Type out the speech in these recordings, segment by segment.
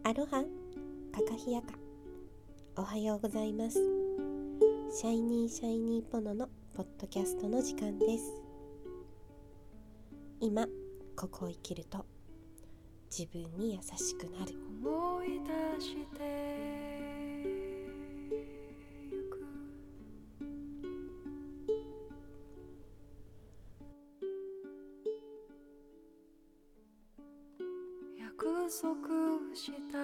アロハ、カカヒヤカ。おはようございます。シャイニーポノのポッドキャストの時間です。今ここを生きると自分に優しくなる。思い出してゆく。約束した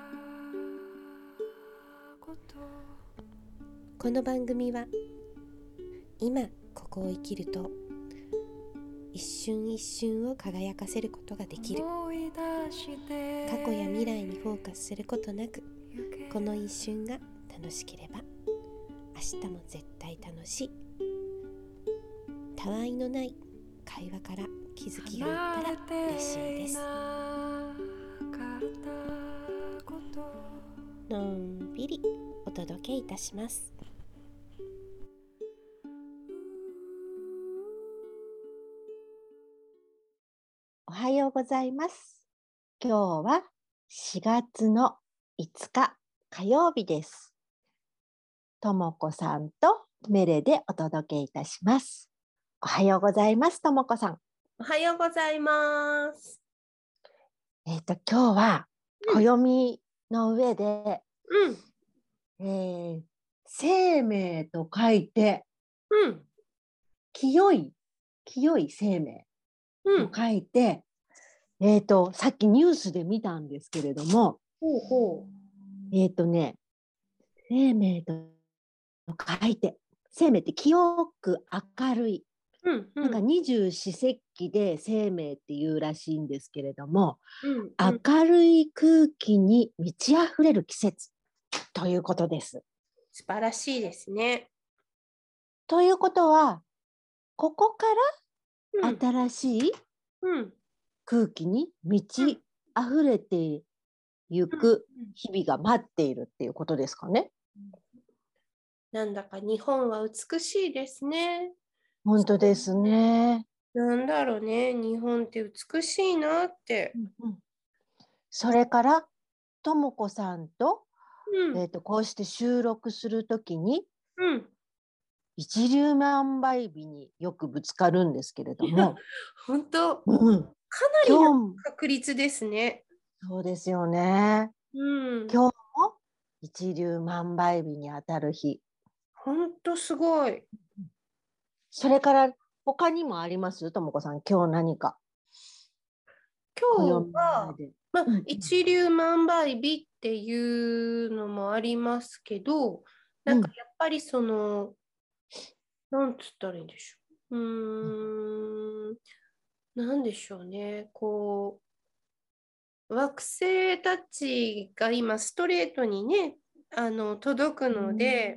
こと。この番組は今ここを生きると一瞬一瞬を輝かせることができる。過去や未来にフォーカスすることなく、この一瞬が楽しければ明日も絶対楽しい。たわいのない会話から気づきがあったら嬉しいです。のんびりお届けいたします。 おはようございます。今日は4月の5日火曜日です。ともこさんとメレでお届けいたします。おはようございます、ともこさん。 おはようございます。 今日は暦の上で、生命と書いて、清い生命と書いて、さっきニュースで見たんですけれども、生命と書いて、生命って清く明るい。なんか二十四節気で生命っていうらしいんですけれども、明るい空気に満ち溢れる季節ということです。 素晴らしいですね。 ということは、ここから新しい空気に満ち溢れていく日々が待っているっていうことですかね。 なんだか日本は美しいですね。 本当ですね。 なんだろうね、日本って美しいなって。 それから、ともこさんと、こうして収録するときに、一粒万倍日によくぶつかるんですけれども。 本当、かなりの確率ですね。 そうですよね。今日も一粒万倍日に当たる日。 本当すごい。 それから他にもあります？ともこさん、今日何か。 今日は、一粒万倍日っていうのもありますけど、なんかやっぱりなんつったらいいんでしょう。なんでしょうね。惑星たちが今ストレートにね、届くので、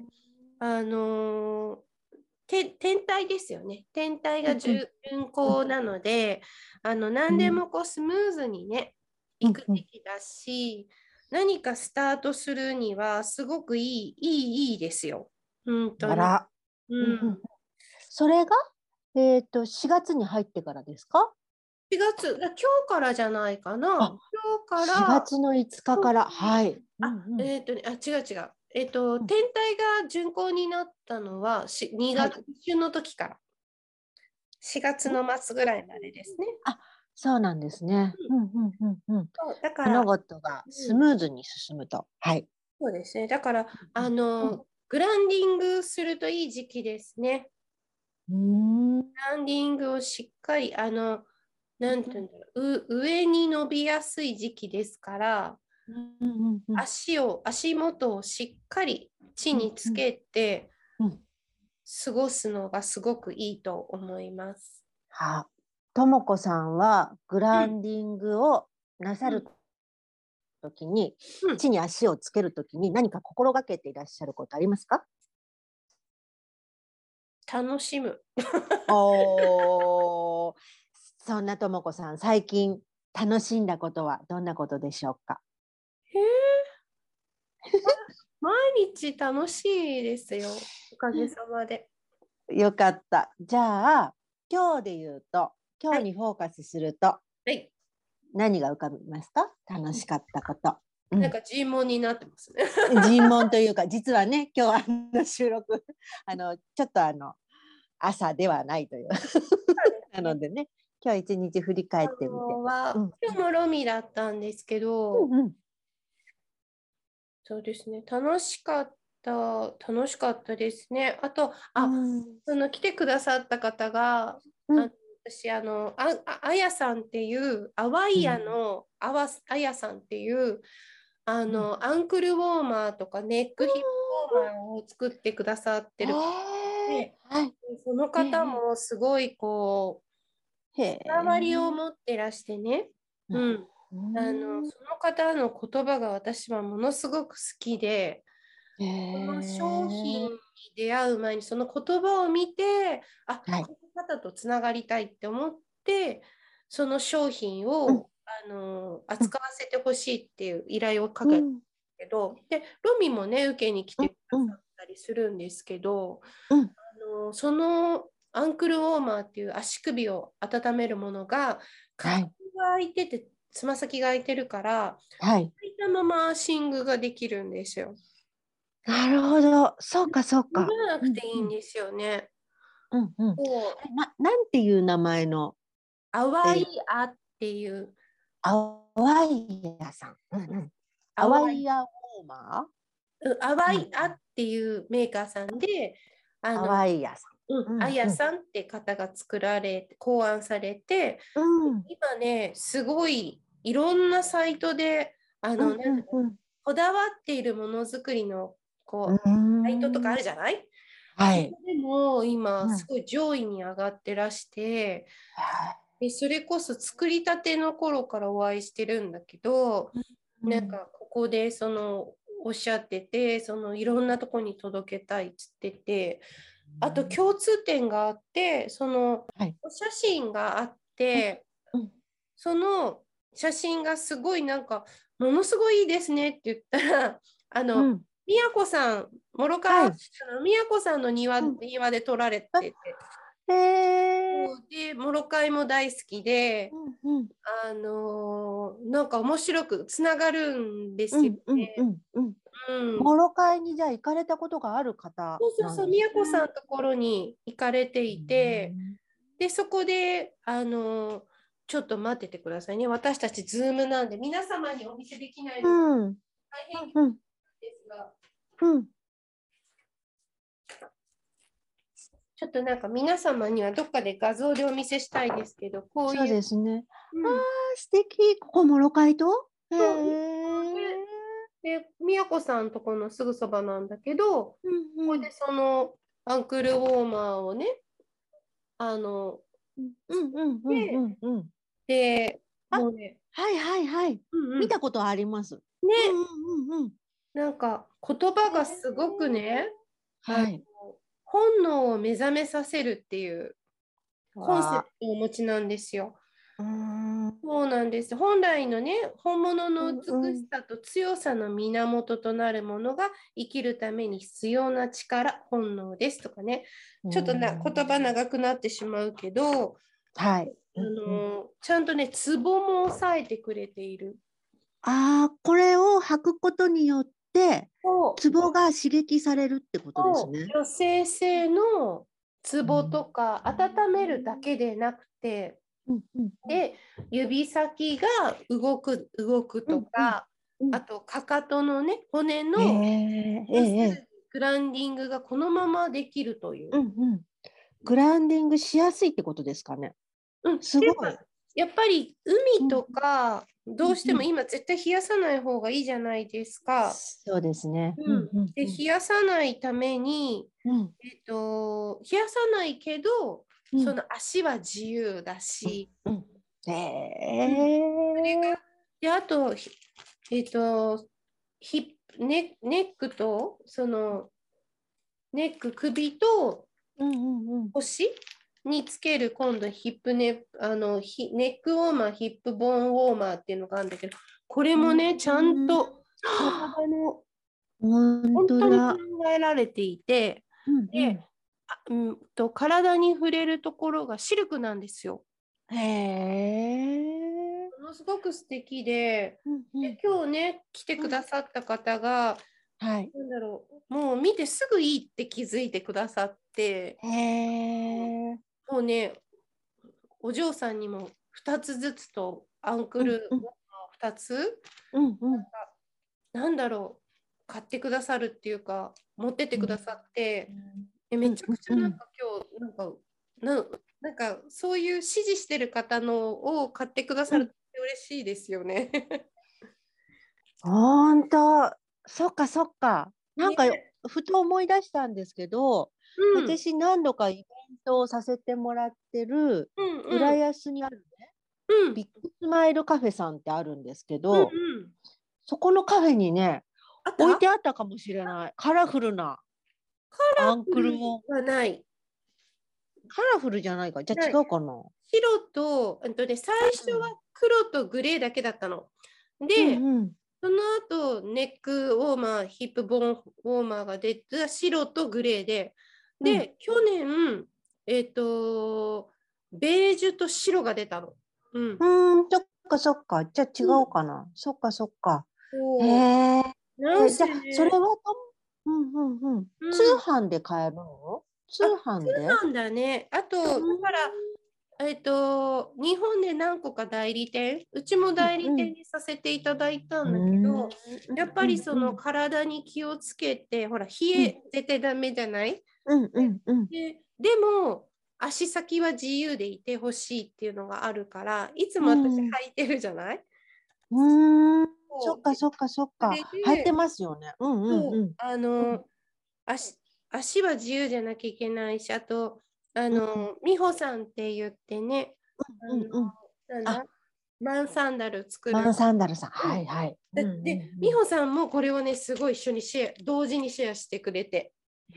天体ですよね。天体が巡行なので、何でもスムーズにね、行くべきだし、何かスタートするにはすごくいいですよ。本当に。 それが、4月に入ってからですか ？4月、今日からじゃないかな。今日から。 4月の5日から。はい。 違う。天体が巡行になったのは2月中の時から。4月の末ぐらいまでですね。 そうなんですね。 だから、 物事がスムーズに進むと。はい。 そうですね。だから、グランディングするといい時期ですね。グランディングをしっかり、なんていうんだろう、上に伸びやすい時期ですから、足元をしっかり地につけて過ごすのがすごくいいと思います。 ともこさんはグランディングをなさるときに、地に足をつけるときに何か心がけていらっしゃることありますか？ 楽しむ。 そんなともこさん、最近楽しんだことはどんなことでしょうか？ 毎日楽しいですよ。おかげさまで。 よかった。じゃあ、今日で言うと、今日にフォーカスすると、何が浮かびますか？楽しかったこと。 なんか尋問になってますね。 尋問というか、実はね、今日収録ちょっと朝ではないというなのでね、今日一日振り返ってみて、 今日もロミだったんですけど、そうですね、楽しかったですね。あと、その来てくださった方が、私、あやさんっていう、あわいやのあやさんっていう、アンクルウォーマーとかネックヒップウォーマーを作ってくださってる方で、その方もすごいこう、こだわりを持ってらしてね、その方の言葉が私はものすごく好きで、この商品に出会う前にその言葉を見て、この方とつながりたいって思って、その商品を、扱わせてほしいっていう依頼をかけたけど、でロミもね受けに来てくださったりするんですけど、そのアンクルウォーマーっていう足首を温めるものがかかとが開いててつま先が開いてるから、開いたままアーシングができるんですよ。 なるほど、そうかそうか。 脱がなくていいんですよね。 なんていう名前の？ あわいあっていう。 あわいやさん。あわいやウォーマー？あわいあっていうメーカーさんで、 あわいやさん。あやさんって方が考案されて、今ね、すごいいろんなサイトで、こだわっているものづくりのサイトとかあるじゃない？でも今すごい上位に上がってらして、それこそ作りたての頃からお会いしてるんだけど、なんかここでおっしゃってて、いろんなとこに届けたいっつってて、あと共通点があって、お写真があって、その写真がすごいなんかものすごいいいですねって言ったら、宮子さん、諸川宮子さんの庭で撮られてて、で諸貝も大好きで、なんか面白くつながるんですよね。 諸貝にじゃあ行かれたことがある方なんですね。 宮子さんのところに行かれていて、でそこでちょっと待っててくださいね。私たちズームなんで皆様にお見せできないので大変ですが、ちょっとなんか皆様にはどっかで画像でお見せしたいですけど、こういう。 そうですね。素敵。ここ諸貝と？ で、宮子さんとこのすぐそばなんだけど、ここでそのアンクルウォーマーをね、で、もうね、 見たことあります。 ね、なんか言葉がすごくね、本能を目覚めさせるっていうコンセプトをお持ちなんですよ。そうなんです。本来のね、本物の美しさと強さの源となるものが生きるために必要な力、本能ですとかね。ちょっと言葉長くなってしまうけど、ちゃんとね、ツボも抑えてくれている。 これを履くことによって、ツボが刺激されるってことですね。 女性性のツボとか、温めるだけでなくて、で指先が動くとか、あとかかとのね骨のグラウンディングがこのままできるという、 グラウンディングしやすいってことですかね。すごい。 やっぱり海とか、どうしても今絶対冷やさない方がいいじゃないですか。 そうですね。 で冷やさないために、冷やさないけど、その足は自由だし、であとネックとネック首と腰につける今度ネックウォーマー、ヒップボーンウォーマーっていうのがあるんだけど、これもねちゃんと体の本当に考えられていて、で体に触れるところがシルクなんですよ。そものすごく素敵で、 で今日ね、来てくださった方が、 はい。 なんだろう、もう見てすぐいいって気づいてくださって、 へえ。 もうね、お嬢さんにも2つずつと、アンクルうん 2つ、 うんうん。 なんだろう、買ってくださるっていうか、持ってってくださって、めちゃくちゃなんか今日、なんかそういう支持してる方のを買ってくださるって嬉しいですよね。 本当、そっかそっか。なんかね、 ふと思い出したんですけど、 うん、 私何度かイベントをさせてもらってるうん浦うん、 安にあるね、 うん、 ビッグスマイルカフェさんってあるんですけうん、うど、 ん。 そこのカフェにね、 あった？ 置いてあったかもしれない。カラフルなカラアンフルクルを。 はない。 カラフルじゃないか。じゃあない。 違うかな。 白と、最初はうん。 黒とグレーだけだったの。で、 うんうん。 その後、ネックウォーマー、ヒップボーンウォーマーが出て、白とグレーで、 うん。 で、去年、ベージュと白が出たの。うん。 そっかそっか。じゃあ違うん。 うかな。そっかそっか。へそえ。 う。なんせじゃあ、それね、 はうんうんうん。通うん。 販で買えるの？通あ、 販で？ そうなんだね。あと、だうんから、日本で何個か代理店、うちも代理うん店にさせていただいたんだけうんど、やっぱりその体に気をつけて、ほら、冷うんえ絶対ダメじゃない？ うんうんうんでも、足先は自由でいてほしいっていうのがあるから、いつも私履うんいてるじゃない？ うん。そそう。 っかそっかそっそか。 れで、 入ってますよね。うんうんそう、 うん足、足は自由じゃなきゃいけないし、あと、 うん美穂さんって言ってね、あの、 うんうん。 なんだ、 あ、 マンサンダル作マンる。 サンダルさん。 うん。 はいはい。うんうんで、美うん。 穂さんもこれをね、すごい一緒に同時にシェアしてくれて、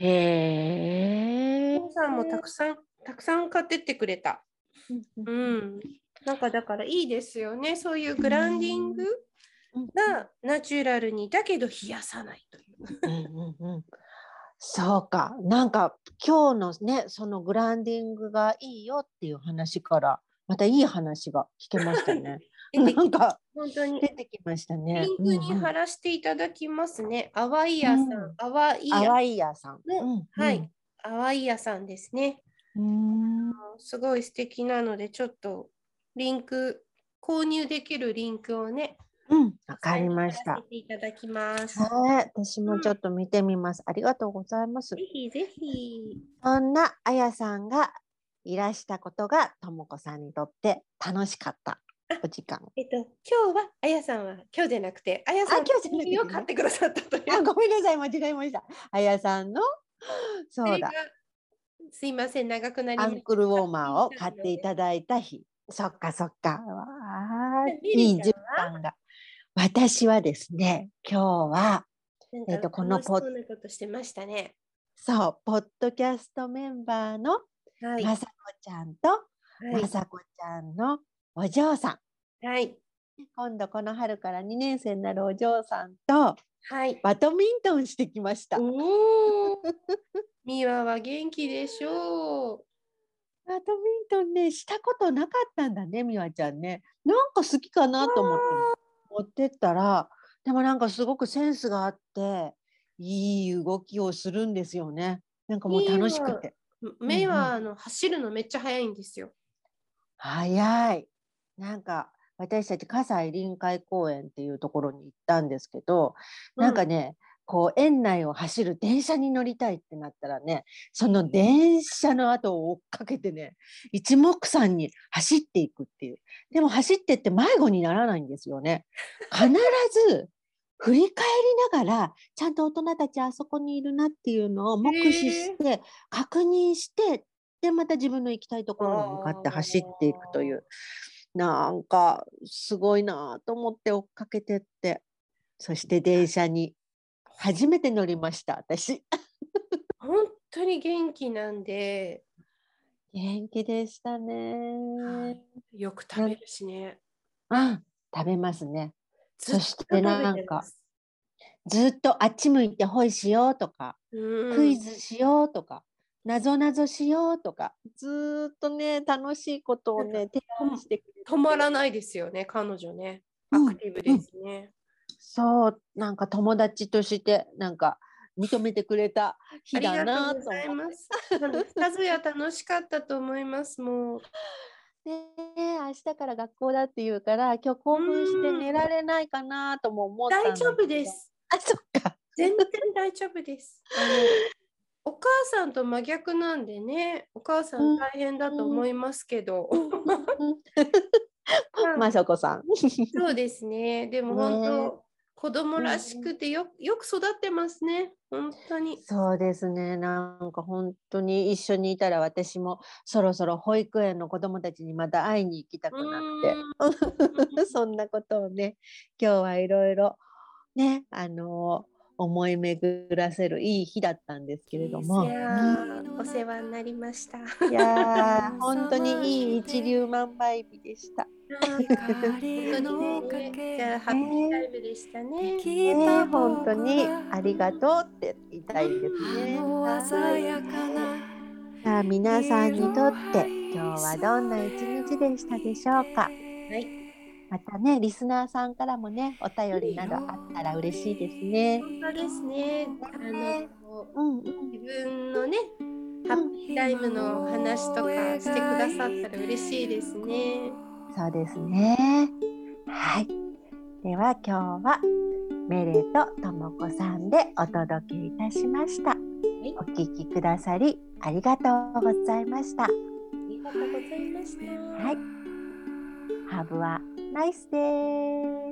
へえ。 美穂さんもたくさん買ってってくれた。 うんうんうん。なんかだからいいですよね。そういうグランディングうんがナチュラルに、だけど冷やさないという。 うんうんうん。そうか。なんか今日のね、そのグランディングがいいよっていう話から、またいい話が聞けましたね。 出てきなんか本当に。 出てきましたね。 リンクに貼うんらせていただきますね。アワイヤさん、 うん。うん。 アワイヤアワイヤさん。うの、 んうん。 はい、アワイヤさんですね。 うん。 すごい素敵なので、ちょっとリンク、購入できるリンクをね、 うん。わかり下に貼ました。 らせていただきます。 はい。私もうん、 ちょっと見てみます。ありがとうございます。 ぜひぜひ。 そんなあやさんがいらしたことがともこさんにとって楽しかったお時間。 今日は、あやさんは、今日じゃなくて、あやあ、 さんの今日じゃなく耳をてね。 買ってくださったといあ、 う。 ごめんなさい。間違えました。あやさんの、そうだ、 それが、すいません、長くなりアましンクルウォた。 ーマーを買っていただいた日。そっかそっか。わあ、 ミリちゃんいい循は、 環が。私はですね、今日は、 なんかこの楽しそうなことしてましたね。 そう、ポッドキャストメンバーのはい。 まさこちゃんと、 はい。 まさこちゃんのお嬢さはい。 ん。今度この春から2年生になるお嬢さんとはい。 バドミントンしてきました。 おー、ミワは元気でしょう。 バドミントンね、したことなかったんだね、みわちゃんね。なんか好きかなと思って持ってったら、でもなんかすごくセンスがあって、いい動きをするんですよね。なんかもうミワ、 楽しくて。うんうん。 走るのめっちゃ速いんですよ。 早い。なんか私たち葛西臨海公園っていうところに行ったんですけど、 うん。 なんかね、こう園内を走る電車に乗りたいってなったらね、その電車の後を追っかけてね、一目散に走っていくっていう。でも走ってって迷子にならないんですよね。必ず振り返りながら、ちゃんと大人たちあそこにいるなっていうのをへ目視しえ。 て、確認して、で、また自分の行きたいとあころに向かって走っていくという、なんかすごいなと思って追っかけてって、そして電車に初めて乗りました、私。 本当に元気なんで、 元気でしたはね。 い、よく食なんべるしね。 あ、食べますね。 ずっとそして食べなんか、 てます。 ずっとあっち向いてホイしようとか、 うん。 クイズしようとか、 なぞなぞしようとか、ずっとね、楽しいことをね、提案してくれて。 止まらないですよね、彼女ね。アクティブですね。 そう、なんか友達としてなんか認めてくれた日だなと思って。 ありがとうございます。二つや楽しかったと思います。もう。 明日から学校だっていうから、今日興奮して寝られないかなとも思ったんだけど。 大丈夫です。 そっか。 全然大丈夫です。お母さんと真逆なんでね、お母さん大変だと思いますけど。 まさこさん。 そうですね。でも本当、子供らしくてよく育ってますね。本当に。 そうですね。なんか本当に一緒にいたら私もそろそろ保育園の子供たちにまた会いに行きたくなって。そんなことをね、今日はいろいろね、思い巡らせるいい日だったんですけれども。 いやお世話になりました。 いや本当にいい一粒万倍日でした。 本当にね、じゃあハッピータイムでしたね。 本当にありがとうって言いたいですね。さあ皆さんにとって今日はどんな一日でしたでしょうか。 はい。 またね、リスナーさんからもね、お便りなどあったら嬉しいですね。 本当ですね。自分のね、ハッピータイムの話とかしてくださったら嬉しいですね。 そうですね。はい。では今日はメレとともこさんでお届けいたしました。お聞きくださりありがとうございました。ありがとうございました。 はい。Have a nice day.